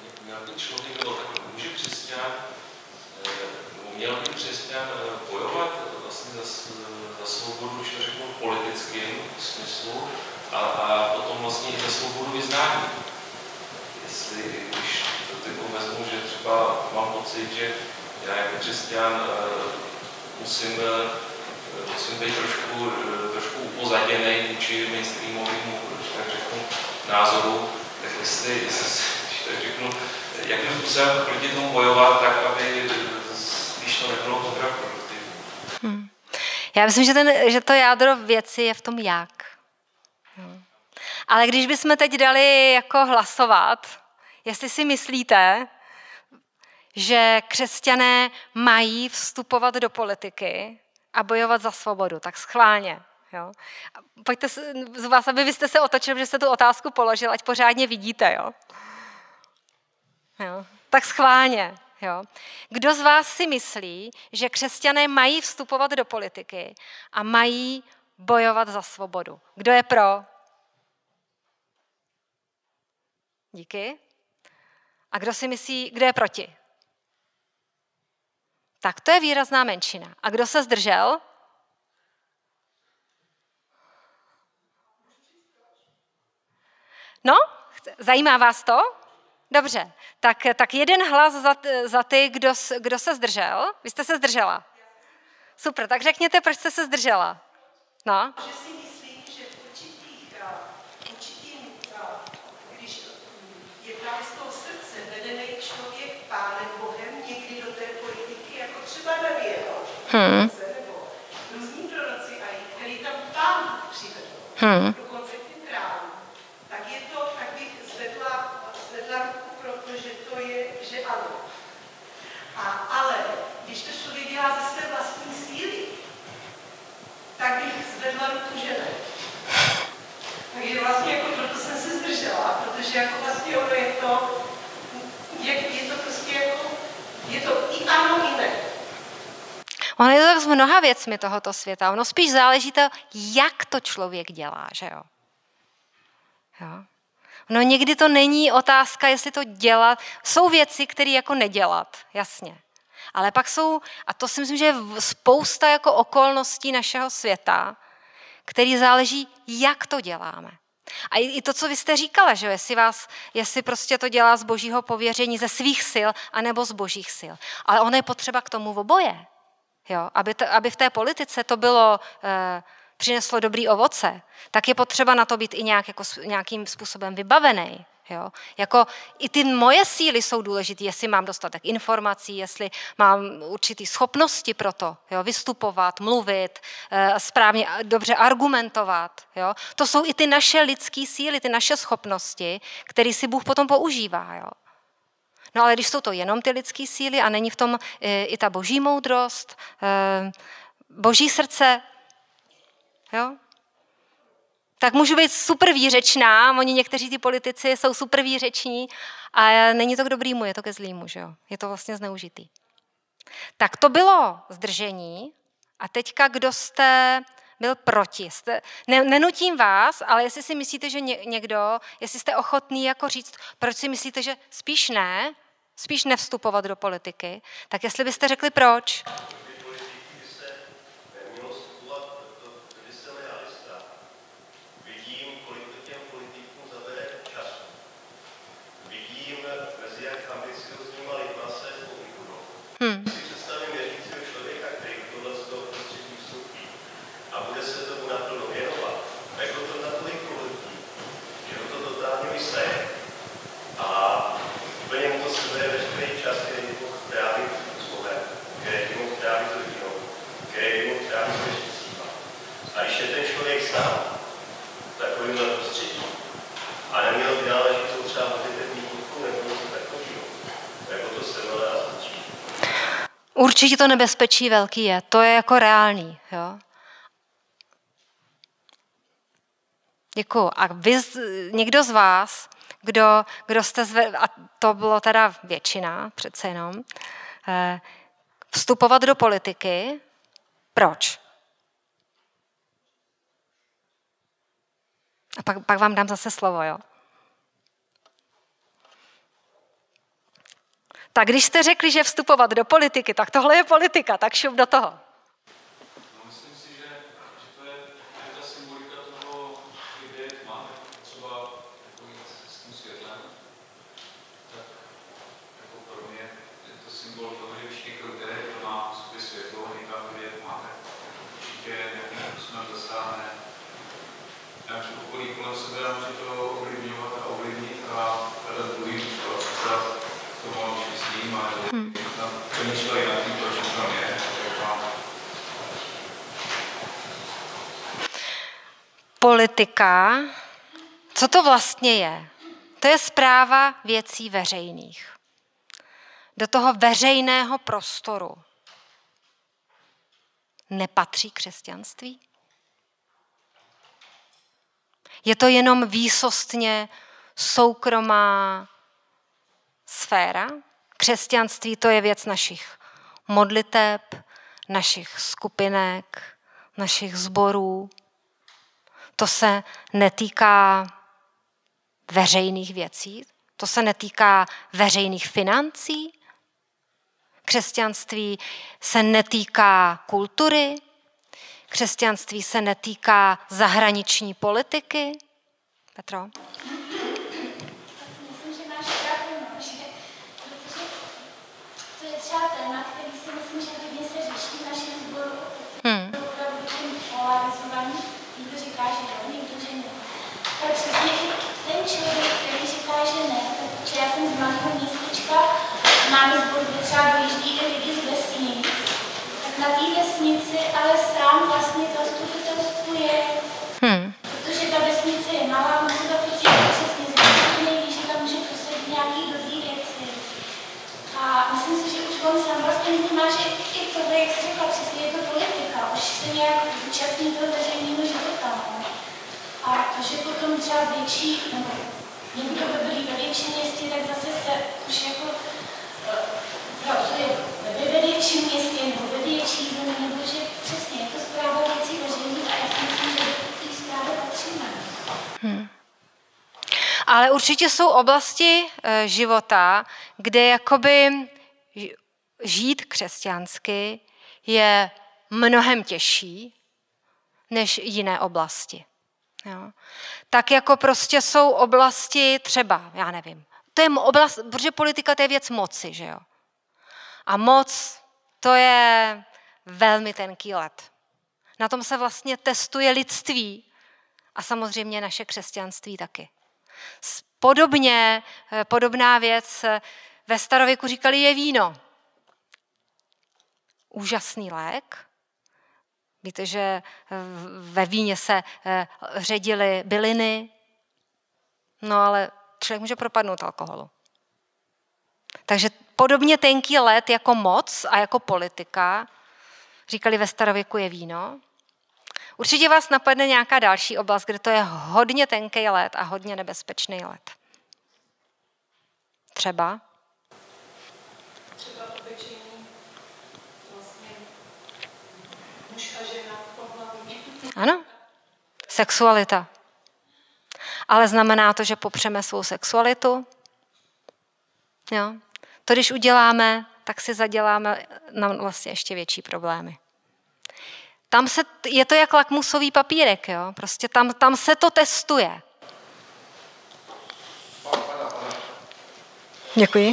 Může křesťan, měl by křesťan bojovat vlastně za, za svobodu, už řeknu, politickým smyslu a, a potom vlastně i za svobodu vyznání. pocit, že já jako křesťan musím, musím být trošku, trošku upozaděný vůči mainstreamovému, tak řeknu, názoru. Tak jestli, jestli tak řeknu, jakým způsobem proti tomu bojovat, tak aby když to nebylo kontraproduktivní. Hmm. Já myslím, že, ten, že to jádro věci je v tom jak. Jo. Ale když bychom teď dali jako hlasovat, jestli si myslíte, že křesťané mají vstupovat do politiky a bojovat za svobodu, tak schválně. Jo. Pojďte z vás, aby vy jste se otočili, že jste tu otázku položil, ať pořádně vidíte. Jo. Jo. Tak schválně. Jo. Kdo z vás si myslí, že křesťané mají vstupovat do politiky a mají bojovat za svobodu? Kdo je pro? Díky. A kdo si myslí, kdo je proti? Tak to je výrazná menšina. A kdo se zdržel? No, zajímá vás to? Dobře, tak, tak jeden hlas za, za ty, kdo, kdo se zdržel. Vy jste se zdržela? Super, tak řekněte, proč jste se zdržela. No. Že si myslím, že v určitých, určitým, když je právě z toho srdce vedený člověk Pánem Bohem někdy do té politiky, jako třeba Daniel, hmm. nebo různí proroci, který tam Pán přivedl, hmm. dokonce k tím králům, tak je to, tak bych zvedla, zvedla ruku, protože to je, že ano. A, ale když to člověk dělá ze své vlastní síly, tak bych zvedla ruku, že ne. Takže vlastně jako proto jsem se zdržela, protože jako vlastně ono je to, je, je to prostě jako, je to i ano, i ne. Ono je to tak s mnoha věcmi tohoto světa. Ono spíš záleží to, jak to člověk dělá, že jo. Jo. No někdy to není otázka, jestli to dělat. Jsou věci, které jako nedělat, jasně. Ale pak jsou, a to si myslím, že je spousta jako okolností našeho světa, který záleží, jak to děláme. A i to, co vy jste říkala, že jestli, vás, jestli prostě to dělá z božího pověření, ze svých sil, anebo z božích sil. Ale ono je potřeba k tomu oboje. Jo? Aby, to, aby v té politice to bylo, eh, přineslo dobrý ovoce, tak je potřeba na to být i nějak, jako, nějakým způsobem vybavený. Jo? Jako i ty moje síly jsou důležité, jestli mám dostatek informací, jestli mám určitý schopnosti pro to, jo? Vystupovat, mluvit, eh, správně, dobře argumentovat. Jo? To jsou i ty naše lidské síly, ty naše schopnosti, které si Bůh potom používá. Jo? No ale když jsou to jenom ty lidské síly a není v tom eh, i ta boží moudrost, eh, boží srdce, jo? Tak můžu být super výřečná, oni někteří ty politici jsou super výřeční a není to k dobrýmu, je to ke zlýmu, že jo? Je to vlastně zneužitý. Tak to bylo zdržení a teďka, kdo jste byl proti. Jste, ne, nenutím vás, ale jestli si myslíte, že ně, někdo, jestli jste ochotný jako říct, proč si myslíte, že spíš ne, spíš nevstupovat do politiky, tak jestli byste řekli proč. Hmm. Si představím věřícího člověka, který tohle z toho prostředí vstoupí a bude se tomu naplno věnovat, tak ho to natolik pohltí, že ho to totálně vysaje. A úplně mu to sebere veškerý čas, který by mohl trávit s Bohem, který by mohl trávit s rodinou, který by mohl trávit s věřícíma. A když je ten člověk sám v takovémhle prostředí a neměl by náležit, co třeba můžete mít ruku nebo něco takového, tak ho to sebere a zničí. Určitě to nebezpečí velký je, to je jako reálný. Jo? Děkuju. A vy, někdo z vás, kdo, kdo jste, zve, a to bylo teda většina přece jenom, eh, vstupovat do politiky, proč? A pak, pak vám dám zase slovo, jo? Tak když jste řekli, že vstupovat do politiky, tak tohle je politika, tak šup do toho. No, myslím si, že, že to je, je ta symbolika toho, kde máme třeba jako jít s tím světlem, tak jako pro mě je to symbol politika, co to vlastně je? To je správa věcí veřejných. Do toho veřejného prostoru nepatří křesťanství? Je to jenom výsostně soukromá sféra? Křesťanství to je věc našich modliteb, našich skupinek, našich sborů. To se netýká veřejných věcí, to se netýká veřejných financí. Křesťanství se netýká kultury, křesťanství se netýká zahraniční politiky. Petro? Myslím, že máš pravdu, no, že, protože to je třeba téma, který si myslím, že hodně se řeší v našem sboru. Hmm. To opravdu tím polarizovaný. Někdo říká, že jo, někdo, že ne. Tak přesně ten člověk, který říká, že ne, protože já jsem z malého městečka, máme sbor, kde třeba dojíždí i lidi z vesnic, tak na té vesnici ale sám vlastně zastupitelstvo je, hmm. protože ta vesnice je malá, musí to prostě přesně zvětšený, víš, že tam může prosadit nějaký dobrý věci. A myslím si, že už on sám vlastně vnímá, že i tohle, jak jsi řekla, přesně je to politika, už se nějak zúčastní toho veřejného života. A to, že potom třeba větší, nebo někdo by byli ve větším městě, tak zase se už jako pracuje ve větším městě nebo ve větší zemi, nebo že přesně je to správa věcí veřejných a já si myslím, že ty zprávy patříme. Hmm. Ale určitě jsou oblasti e, života, kde jakoby žít křesťansky je mnohem těžší než jiné oblasti. Jo. Tak jako prostě jsou oblasti třeba, já nevím, to je oblast, protože politika to je věc moci, že jo. A moc, to je velmi tenký led. Na tom se vlastně testuje lidství a samozřejmě naše křesťanství taky. Podobně, podobná věc ve starověku říkali je víno. Úžasný lék. Víte, že ve víně se ředily byliny, no ale člověk může propadnout alkoholu. Takže podobně tenký led jako moc a jako politika, říkali ve starověku je víno. Určitě vás napadne nějaká další oblast, kde to je hodně tenký led a hodně nebezpečný led. Třeba? Třeba obyčejný vlastně muž a žena pohlaví. Ano, sexualita. Ale znamená to, že popřeme svou sexualitu? Jo. To, když uděláme, tak si zaděláme na vlastně ještě větší problémy. Tam se, je to jak lakmusový papírek, jo? Prostě tam, tam se to testuje. Děkuji.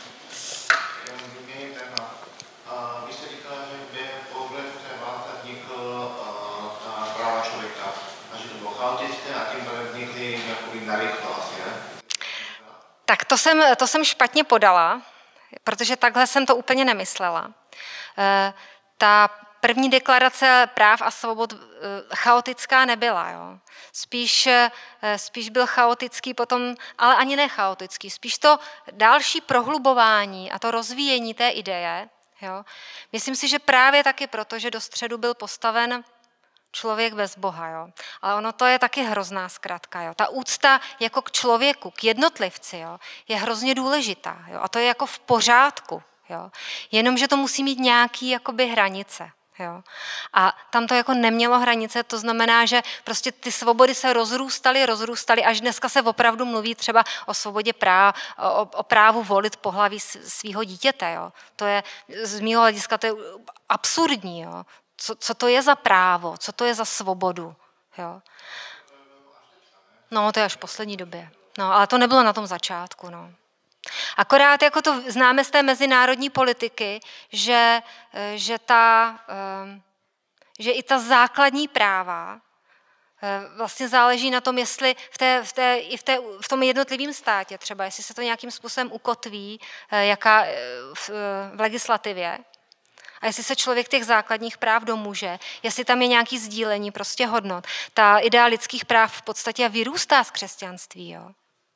Vy jste říkala, že během pohledu té války vznikl ta práva člověka a že to bylo chaotické a tím pádem vznikly jakoby narychlo vlastně, ne? Tak to jsem, to jsem špatně podala, protože takhle jsem to úplně nemyslela. Ta první deklarace práv a svobod chaotická nebyla. Jo. Spíš, spíš byl chaotický potom, ale ani ne chaotický, spíš to další prohlubování a to rozvíjení té ideje. Jo. Myslím si, že právě taky proto, že do středu byl postaven člověk bez Boha. Jo. Ale ono to je taky hrozná zkratka. Jo. Ta úcta jako k člověku, k jednotlivci, jo, je hrozně důležitá. Jo. A to je jako v pořádku. Jo. Jenomže to musí mít nějaký jakoby hranice. Jo. A tam to jako nemělo hranice, to znamená, že prostě ty svobody se rozrůstaly, rozrůstaly, až dneska se opravdu mluví třeba o svobodě práv, o, o právu volit pohlaví svého dítěte. Jo. To je z mého hlediska to je absurdní. Jo. Co, co to je za právo, co to je za svobodu. Jo. No, to je až v poslední době. No, ale to nebylo na tom začátku. No. Akorát jako to známe z té mezinárodní politiky, že, že, ta, že i ta základní práva vlastně záleží na tom, jestli v, té, v, té, i v, té, v tom jednotlivém státě třeba, jestli se to nějakým způsobem ukotví jaká, v, v legislativě. A jestli se člověk těch základních práv domůže, jestli tam je nějaké sdílení prostě hodnot, ta idea lidských práv v podstatě vyrůstá z křesťanství. Jo?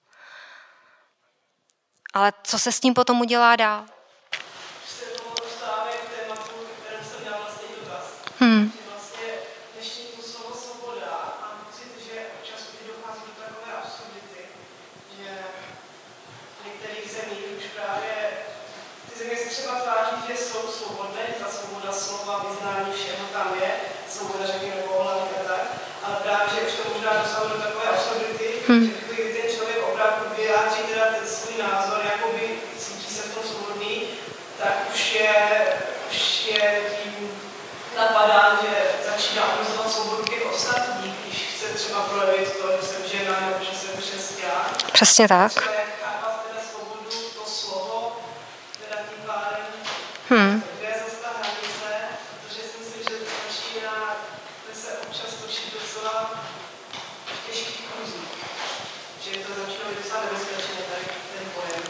Ale co se s tím potom udělá dál? Se toho dostáváme k tématu, kterém jsem měla vlastně dotaz. Hmm. Že vlastně dnešní to slovo svoboda, mám pocit, že občas kdy dochází do takové absurdity, že v některých zemích už právě ty země se třeba tváří, že jsou svobodné, ta svoboda slova, vyznání, všeho tam je, svoboda řekněme pohlaví a tak, ale právě, že už to možná dosahuje do takové absurdity, hmm. že kdyby ten člověk opravdu vyjádří teda ten svůj názor, jakoby cítí se v tom svobodný, tak už je, už je tím napadán, že začíná omezovat svobodu těch ostatních, když chce třeba projevit to, že jsem žena nebo že jsem křesťan. Přesně tak. Třeba jak chápat teda svobodu, to slovo, teda tím pádem, Hmm. kde je zase ta hranice, protože si myslím, že začíná, že se občas točí docela v těžkých kruzích. Že to začíná být docela nebezpečné tady ten pojem.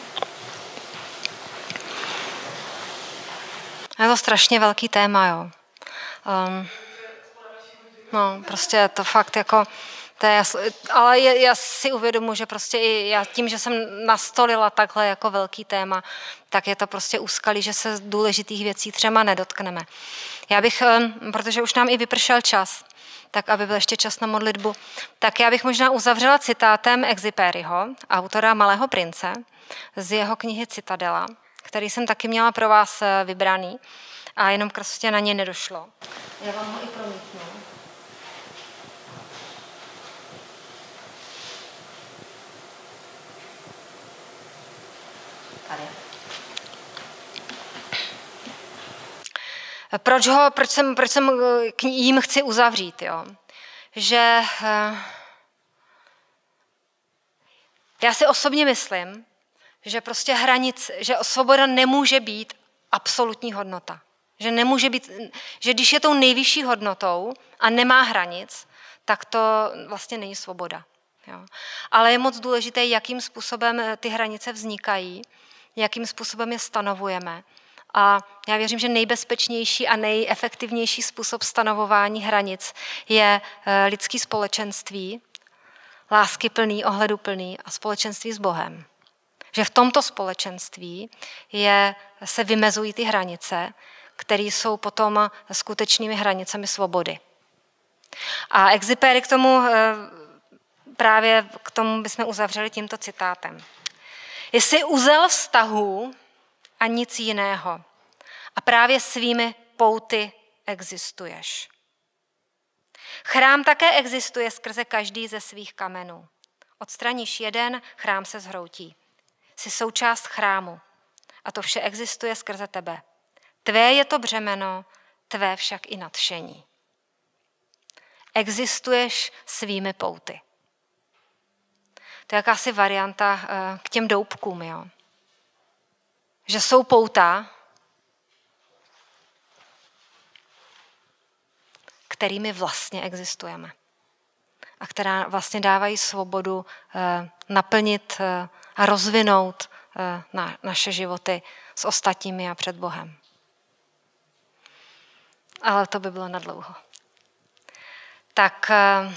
Je to strašně velký téma, jo. Um, no, prostě je to fakt jako, to je, ale je, já si uvědomuji, že prostě i já tím, že jsem nastolila takhle jako velký téma, tak je to prostě úskalí, že se důležitých věcí třeba nedotkneme. Já bych, protože už nám i vypršel čas, tak aby byl ještě čas na modlitbu, tak já bych možná uzavřela citátem Exupéryho, autora Malého prince, z jeho knihy Citadela, který jsem taky měla pro vás vybraný a jenom prostě na ně nedošlo. Já vám ho i promítnu. Tady. Proč, ho, proč, jsem, proč jsem k jím chci uzavřít? Jo? Že já si osobně myslím, že prostě hranic, že svoboda nemůže být absolutní hodnota. Že nemůže být, že když je tou nejvyšší hodnotou a nemá hranic, tak to vlastně není svoboda. Jo. Ale je moc důležité, jakým způsobem ty hranice vznikají, jakým způsobem je stanovujeme. A já věřím, že nejbezpečnější a nejefektivnější způsob stanovování hranic je lidský společenství, láskyplný, ohleduplný a společenství s Bohem. Že v tomto společenství je, se vymezují ty hranice, které jsou potom skutečnými hranicemi svobody. A Exupéry k tomu, právě k tomu bychom uzavřeli tímto citátem. Jsi uzel vztahů a nic jiného. A právě svými pouty existuješ. Chrám také existuje skrze každý ze svých kamenů. Odstraníš jeden, chrám se zhroutí. Jsi součást chrámu a to vše existuje skrze tebe. Tvé je to břemeno, tvé však i nadšení. Existuješ svými pouty. To je jakási varianta k těm doupkům, jo. Že jsou pouta, kterými vlastně existujeme a která vlastně dávají svobodu naplnit a rozvinout na naše životy s ostatními a před Bohem. Ale to by bylo nadlouho. Tak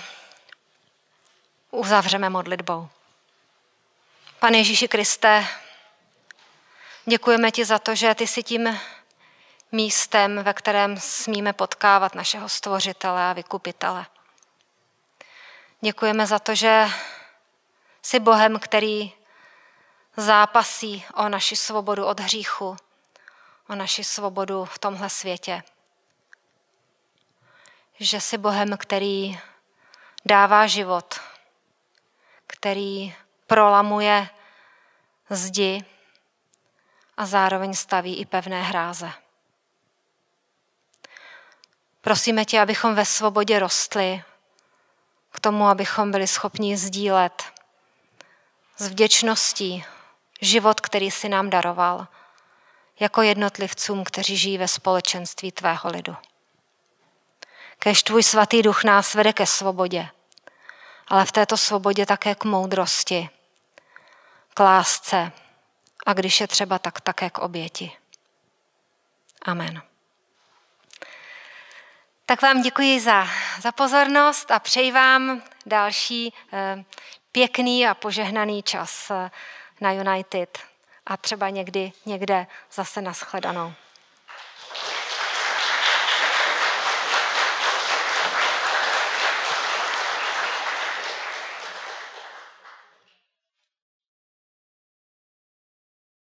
uzavřeme modlitbou. Pane Ježíši Kriste, děkujeme ti za to, že ty jsi tím místem, ve kterém smíme potkávat našeho Stvořitele a Vykupitele. Děkujeme za to, že jsi Bohem, který zápasí o naši svobodu od hříchu, o naši svobodu v tomhle světě. Že jsi Bohem, který dává život, který prolamuje zdi a zároveň staví i pevné hráze. Prosíme tě, abychom ve svobodě rostli k tomu, abychom byli schopni sdílet s vděčností život, který jsi nám daroval, jako jednotlivcům, kteří žijí ve společenství tvého lidu. Kéž tvůj svatý duch nás vede ke svobodě, ale v této svobodě také k moudrosti, k lásce a když je třeba, tak také k oběti. Amen. Tak vám děkuji za, za pozornost a přeji vám další eh, pěkný a požehnaný čas eh, na United a třeba někdy někde zase nashledanou.